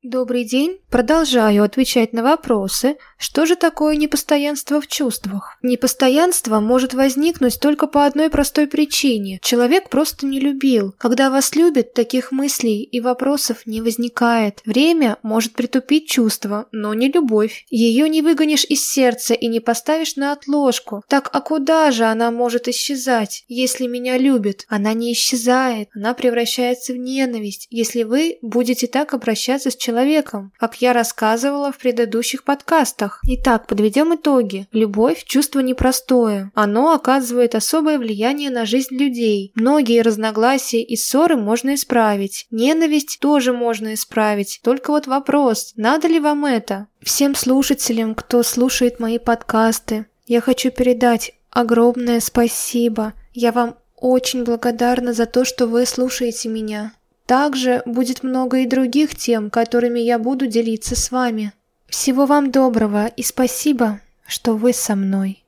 Добрый день. Продолжаю отвечать на вопросы. Что же такое непостоянство в чувствах? Непостоянство может возникнуть только по одной простой причине. Человек просто не любил. Когда вас любят, таких мыслей и вопросов не возникает. Время может притупить чувства, но не любовь. Ее не выгонишь из сердца и не поставишь на отложку. Так а куда же она может исчезать, если меня любят? Она не исчезает. Она превращается в ненависть, если вы будете так обращаться с человеком, как я рассказывала в предыдущих подкастах. Итак, подведем итоги. Любовь – чувство непростое. Оно оказывает особое влияние на жизнь людей. Многие разногласия и ссоры можно исправить. Ненависть тоже можно исправить. Только вот вопрос, надо ли вам это? Всем слушателям, кто слушает мои подкасты, я хочу передать огромное спасибо. Я вам очень благодарна за то, что вы слушаете меня. Также будет много и других тем, которыми я буду делиться с вами. Всего вам доброго и спасибо, что вы со мной.